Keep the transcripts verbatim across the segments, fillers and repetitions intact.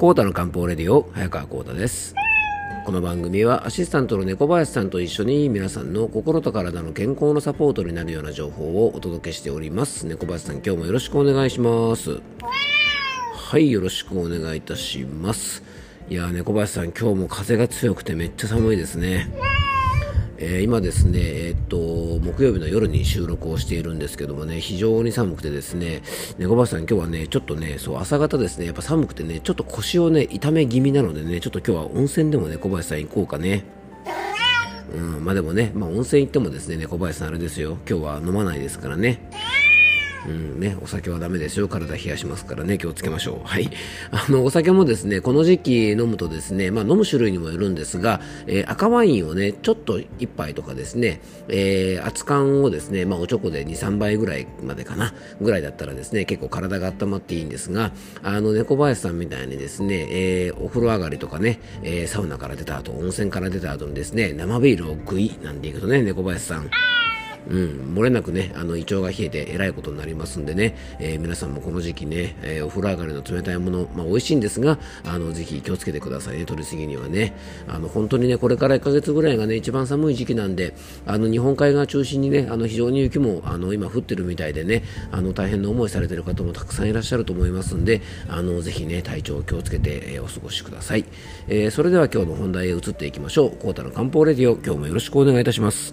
コータの漢方レディオ、早川コータです。この番組はアシスタントの猫林さんと一緒に皆さんの心と体の健康のサポートになるような情報をお届けしております。猫林さん、今日もよろしくお願いします。はい、よろしくお願いいたします。いやー、猫林さん、今日も風が強くてめっちゃ寒いですね。えー、今ですね、えー、っと木曜日の夜に収録をしているんですけどもね、非常に寒くてですね、猫林さん、今日はねちょっとねそう朝方ですね、やっぱ寒くてね、ちょっと腰をね痛め気味なのでね、ちょっと今日は温泉でも猫林さん行こうかね。うん、まあでもね、まあ温泉行ってもですね、猫林さんあれですよ、今日は飲まないですからね。うんね、お酒はダメですよ。体冷やしますからね、気をつけましょう。はい。あの、お酒もですね、この時期飲むとですね、まあ飲む種類にもよるんですが、えー、赤ワインをね、ちょっと一杯とかですね、えー、熱燗をですね、まあおちょこでに、さんばいぐらいまでかな、ぐらいだったらですね、結構体が温まっていいんですが、あの、猫林さんみたいにですね、えー、お風呂上がりとかね、えー、サウナから出た後、温泉から出た後にですね、生ビールをグイなんていくとね、猫林さん、うん、漏れなくね、あの胃腸が冷えてえらいことになりますんでね、えー、皆さんもこの時期ね、えー、お風呂上がりの冷たいもの、まあ美味しいんですが、あのぜひ気をつけてくださいね、取りすぎにはね。あの本当にね、これからいっかげつぐらいがね、一番寒い時期なんで、あの日本海側中心にね、あの非常に雪もあの今降ってるみたいでね、あの大変な思いされてる方もたくさんいらっしゃると思いますんで、あのぜひね、体調を気をつけて、えー、お過ごしください。えー、それでは今日の本題へ移っていきましょう。コータの漢方レディオ、今日もよろしくお願いいたします。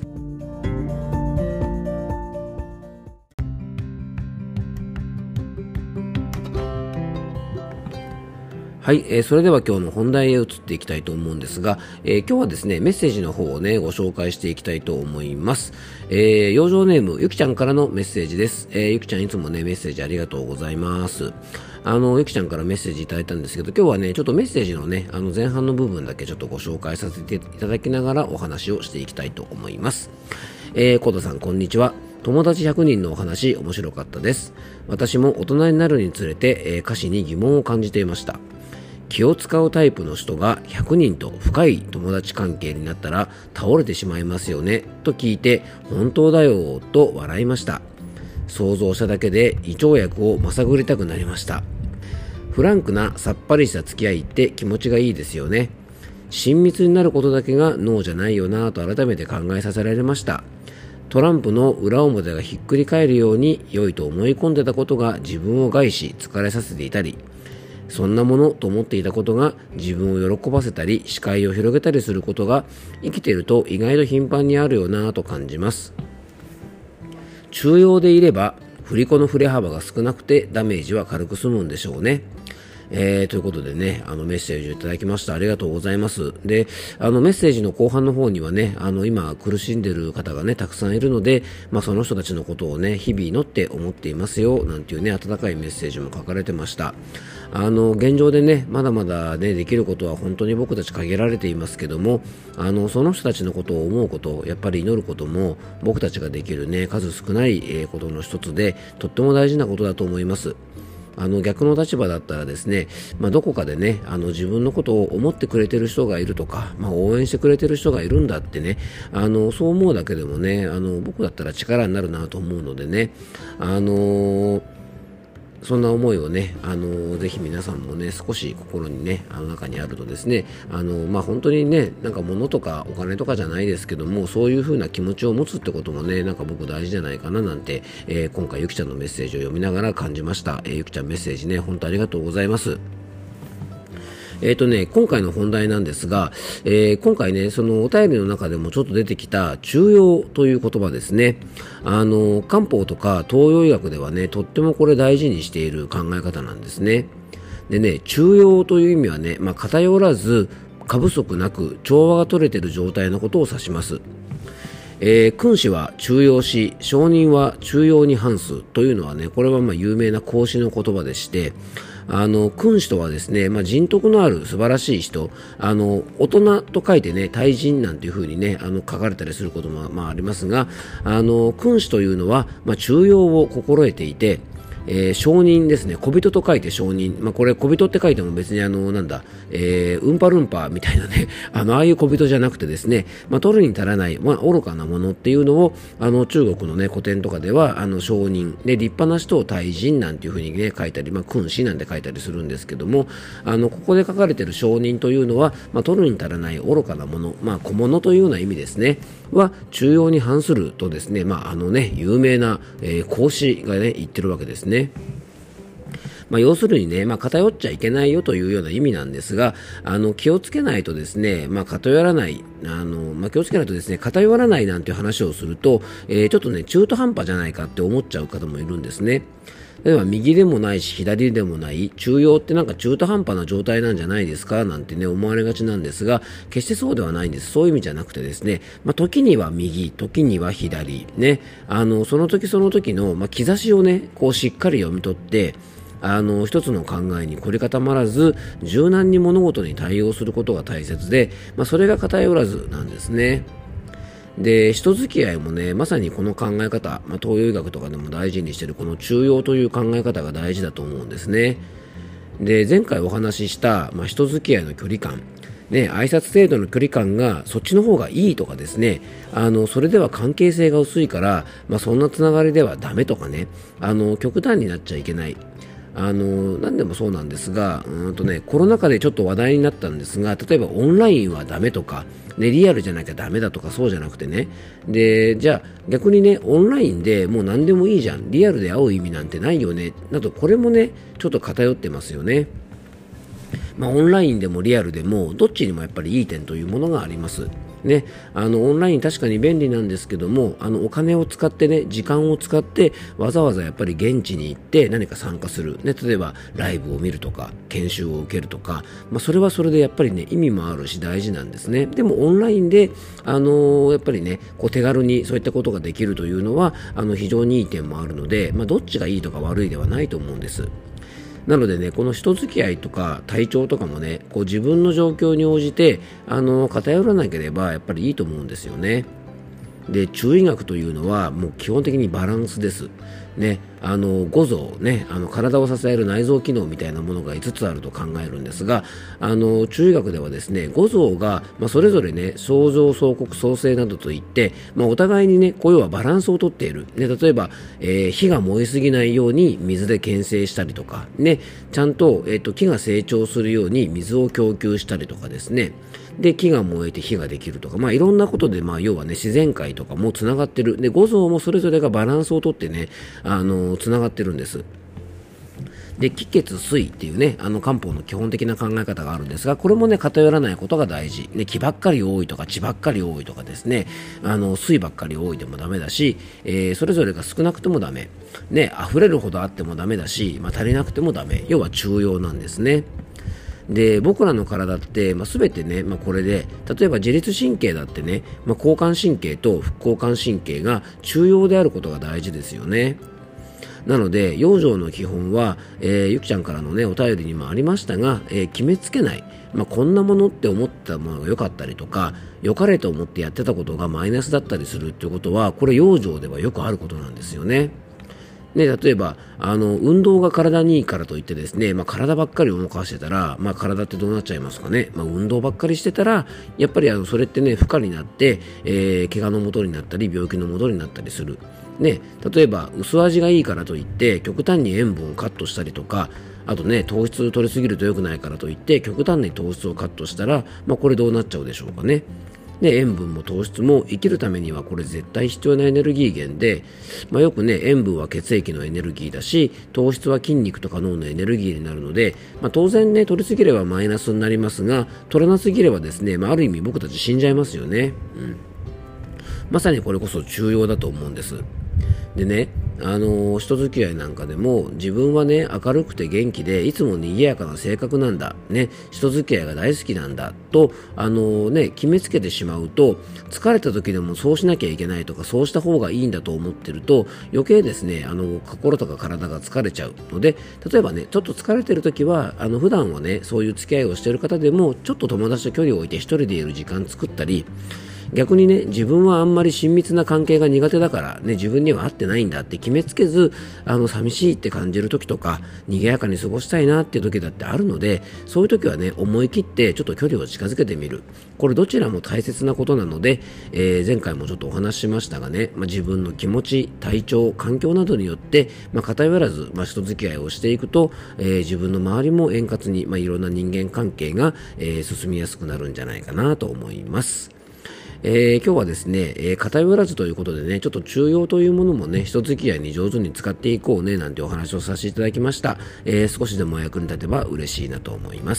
はい、えー、それでは今日の本題へ移っていきたいと思うんですが、えー、今日はですね、メッセージの方をね、ご紹介していきたいと思います。えー、養生ネーム、ゆきちゃんからのメッセージです。えー、ゆきちゃんいつもね、メッセージありがとうございます。あの、ゆきちゃんからメッセージいただいたんですけど、今日はね、ちょっとメッセージのね、あの前半の部分だけちょっとご紹介させていただきながらお話をしていきたいと思います。えー、コータさん、こんにちは。友達ひゃくにんのお話、面白かったです。私も大人になるにつれて、えー、歌詞に疑問を感じていました。気を使うタイプの人がひゃくにんと深い友達関係になったら倒れてしまいますよねと聞いて、本当だよと笑いました。想像しただけで胃腸薬をまさぐりたくなりました。フランクなさっぱりした付き合いって気持ちがいいですよね。親密になることだけがノーじゃないよなと改めて考えさせられました。トランプの裏表がひっくり返るように良いと思い込んでたことが自分を害し疲れさせていたり、そんなものと思っていたことが自分を喜ばせたり視界を広げたりすることが生きていると意外と頻繁にあるよなぁと感じます。中庸でいれば振り子の振れ幅が少なくてダメージは軽く済むんでしょうね。えー、ということでね、あのメッセージをいただきました。ありがとうございます。で、あのメッセージの後半の方にはね、あの今苦しんでる方がね、たくさんいるので、まあその人たちのことをね、日々祈って思っていますよ、なんていうね、温かいメッセージも書かれてました。あの現状でね、まだまだね、できることは本当に僕たち限られていますけども、あのその人たちのことを思うこと、やっぱり祈ることも僕たちができるね、数少ない、えー、ことの一つで、とっても大事なことだと思います。あの逆の立場だったらですね、まあ、どこかでね、あの自分のことを思ってくれてる人がいるとか、まあ、応援してくれてる人がいるんだってね、あのそう思うだけでもね、あの僕だったら力になるなと思うのでね、あのーそんな思いをね、あのぜひ皆さんもね、少し心にね、あの中にあるとですね、あのまあ本当にね、なんか物とかお金とかじゃないですけども、そういう風な気持ちを持つってこともね、なんか僕大事じゃないかななんて、えー、今回ゆきちゃんのメッセージを読みながら感じました。えー、ゆきちゃんメッセージね、本当ありがとうございます。えっとね、今回の本題なんですが、えー、今回ね、そのお便りの中でもちょっと出てきた中庸という言葉ですね。あの、漢方とか東洋医学ではね、とってもこれ大事にしている考え方なんですね。でね、中庸という意味はね、まあ、偏らず過不足なく調和が取れている状態のことを指します。えー、君子は中庸し、聖人は中庸に反すというのはね、これはまあ有名な孔子の言葉でして、あの君子とはですね、まあ、人徳のある素晴らしい人、あの大人と書いてね、大人なんていう風にね、あの書かれたりすることもまあありますが、あの君子というのは、まあ、中庸を心得ていて、 えー、小人ですね。小人と書いて小人。まあ、これ小人って書いても別にあの、なんだ、えー、うんぱるんぱみたいなね、あの、ああいう小人じゃなくてですね、まあ、取るに足らない、まあ、愚かなものっていうのを、あの、中国のね、古典とかでは、あの、小人。で、立派な人を大人なんていうふうにね、書いたり、まあ、君子なんて書いたりするんですけども、あの、ここで書かれている小人というのは、まあ、取るに足らない愚かなもの、まあ、小物というような意味ですね。は中庸に反するとですね、まあ、あのね、有名な、えー、孔子がね、言ってるわけですね。まあ、要するにね、まあ、偏っちゃいけないよというような意味なんですが、あの気をつけないとですね、まあ、偏らない、あのまあ、気をつけないとですね、偏らないなんていう話をすると、えー、ちょっとね、中途半端じゃないかって思っちゃう方もいるんですね。例えば右でもないし左でもない中庸ってなんか中途半端な状態なんじゃないですかなんてね思われがちなんですが、決してそうではないんです。そういう意味じゃなくてですね、まあ、時には右時には左ね、あのその時その時の、まあ、兆しをねこうしっかり読み取って、あの一つの考えに凝り固まらず柔軟に物事に対応することが大切で、まあ、それが偏らずなんですね。で、人付き合いもね、まさにこの考え方、まあ、東洋医学とかでも大事にしているこの中庸という考え方が大事だと思うんですね。で、前回お話しした、まあ、人付き合いの距離感、ね、挨拶程度の距離感がそっちの方がいいとかですね、あのそれでは関係性が薄いから、まあ、そんなつながりではダメとかね、あの極端になっちゃいけない。あの何でもそうなんですが、うんとね、コロナ禍でちょっと話題になったんですが、例えばオンラインはダメとか、ね、リアルじゃなきゃダメだとかそうじゃなくてね、でじゃあ逆にねオンラインでもう何でもいいじゃん、リアルで会う意味なんてないよねなど、これもねちょっと偏ってますよね。まあ、オンラインでもリアルでもどっちにもやっぱりいい点というものがありますね。あのオンライン確かに便利なんですけども、あのお金を使ってね、時間を使ってわざわざやっぱり現地に行って何か参加する、ね、例えばライブを見るとか研修を受けるとか、まあ、それはそれでやっぱりね意味もあるし大事なんですね。でもオンラインで、あのー、やっぱりねこう手軽にそういったことができるというのはあの非常にいい点もあるので、まあ、どっちがいいとか悪いではないと思うんです。なのでね、この人付き合いとか体調とかもね、こう自分の状況に応じてあの偏らなければやっぱりいいと思うんですよね。で、中医学というのはもう基本的にバランスです。ね、あの五臓ね、あの体を支える内臓機能みたいなものがいつつあると考えるんですが、あの中医学ではですね、五臓が、まあ、それぞれね、創造、創国、創生などといって、まあ、お互いにね、こう要はバランスをとっている。ね、例えば、えー、火が燃えすぎないように水で牽制したりとか、ね、ちゃんと、えーと、木が成長するように水を供給したりとかですね。で、木が燃えて火ができるとか、まあ、いろんなことで、まあ、要はね、自然界とかもつながってる。で、五臓もそれぞれがバランスをとってね、あの、つながってるんです。で、気血水っていうね、あの漢方の基本的な考え方があるんですが、これもね、偏らないことが大事。ね、気ばっかり多いとか、血ばっかり多いとかですね、あの、水ばっかり多いでもダメだし、えー、それぞれが少なくてもダメ。ね、溢れるほどあってもダメだし、まあ、足りなくてもダメ。要は中庸なんですね。で、僕らの体って、まあ、全てね、まあ、これで、例えば自律神経だってね、まあ、交感神経と副交感神経が中庸であることが大事ですよね。なので、養生の基本は、えー、ゆきちゃんからのね、お便りにもありましたが、えー、決めつけない。まあ、こんなものって思ったものが良かったりとか、良かれと思ってやってたことがマイナスだったりするっていうことは、これ養生ではよくあることなんですよね。ね、例えばあの運動が体にいいからといってですね、まあ、体ばっかり動かしてたら、まあ、体ってどうなっちゃいますかね。まあ、運動ばっかりしてたらやっぱりあのそれってね負荷になって、えー、怪我の元になったり病気の元になったりする、ね、例えば薄味がいいからといって極端に塩分をカットしたりとか、あとね糖質取りすぎると良くないからといって極端に糖質をカットしたら、まあ、これどうなっちゃうでしょうかね。で、塩分も糖質も生きるためにはこれ絶対必要なエネルギー源で、まあ、よくね塩分は血液のエネルギーだし糖質は筋肉とか脳のエネルギーになるので、まあ、当然ね取りすぎればマイナスになりますが、取らなすぎればですね、まあ、ある意味僕たち死んじゃいますよね、うん、まさにこれこそ重要だと思うんです。でね、あのー、人付き合いなんかでも自分はね明るくて元気でいつも賑やかな性格なんだ、ね、人付き合いが大好きなんだと、あのーね、決めつけてしまうと、疲れた時でもそうしなきゃいけないとかそうした方がいいんだと思ってると余計ですね、あの心とか体が疲れちゃうので、例えばねちょっと疲れてる時はあの普段はねそういう付き合いをしている方でもちょっと友達と距離を置いて一人でいる時間作ったり、 逆にね、自分はあんまり親密な関係が苦手だから、ね、自分には合ってないんだって決めつけず、あの寂しいって感じる時とか、賑やかに過ごしたいなっていう時だってあるので、そういう時はね、思い切ってちょっと距離を近づけてみる。これどちらも大切なことなので、えー、前回もちょっとお話ししましたがね、まあ、自分の気持ち、体調、環境などによって、まあ、偏らず、まあ、人付き合いをしていくと、えー、自分の周りも円滑に、まあ、いろんな人間関係が、えー、進みやすくなるんじゃないかなと思います。えー、今日はですね、えー、偏らずということでね、ちょっと中庸というものもね、人付き合いに上手に使っていこうね、なんてお話をさせていただきました。えー、少しでも役に立てば嬉しいなと思います。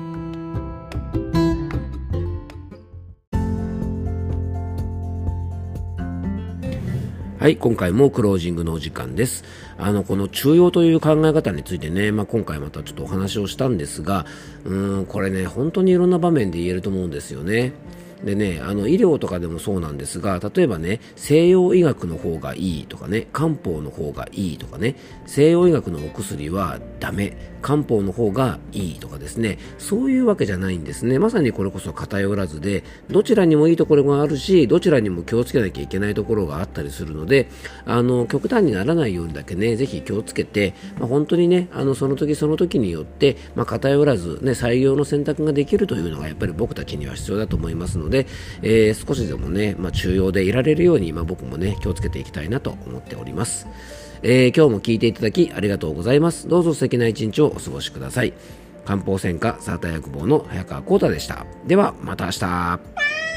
はい、今回もクロージングのお時間です。あの、この中庸という考え方についてね、まあ、今回またちょっとお話をしたんですが、うーん、これね、本当にいろんな場面で言えると思うんですよね。でね、あの医療とかでもそうなんですが、例えばね、西洋医学の方がいいとかね、漢方の方がいいとかね、西洋医学のお薬はダメ、漢方の方がいいとかですね、そういうわけじゃないんですね。まさにこれこそ偏らずで、どちらにもいいところがあるし、どちらにも気をつけなきゃいけないところがあったりするので、あの極端にならないようにだけね、ぜひ気をつけて、まあ、本当にね、あのその時その時によって、まあ、偏らず、ね、採用の選択ができるというのがやっぱり僕たちには必要だと思いますので、えー、少しでもね、まあ、中庸でいられるように、まあ、僕もね、気をつけていきたいなと思っております。えー、今日も聞いていただきありがとうございます。どうぞ素敵な一日をお過ごしください。漢方専科サーター薬房の早川浩太でした。ではまた明日。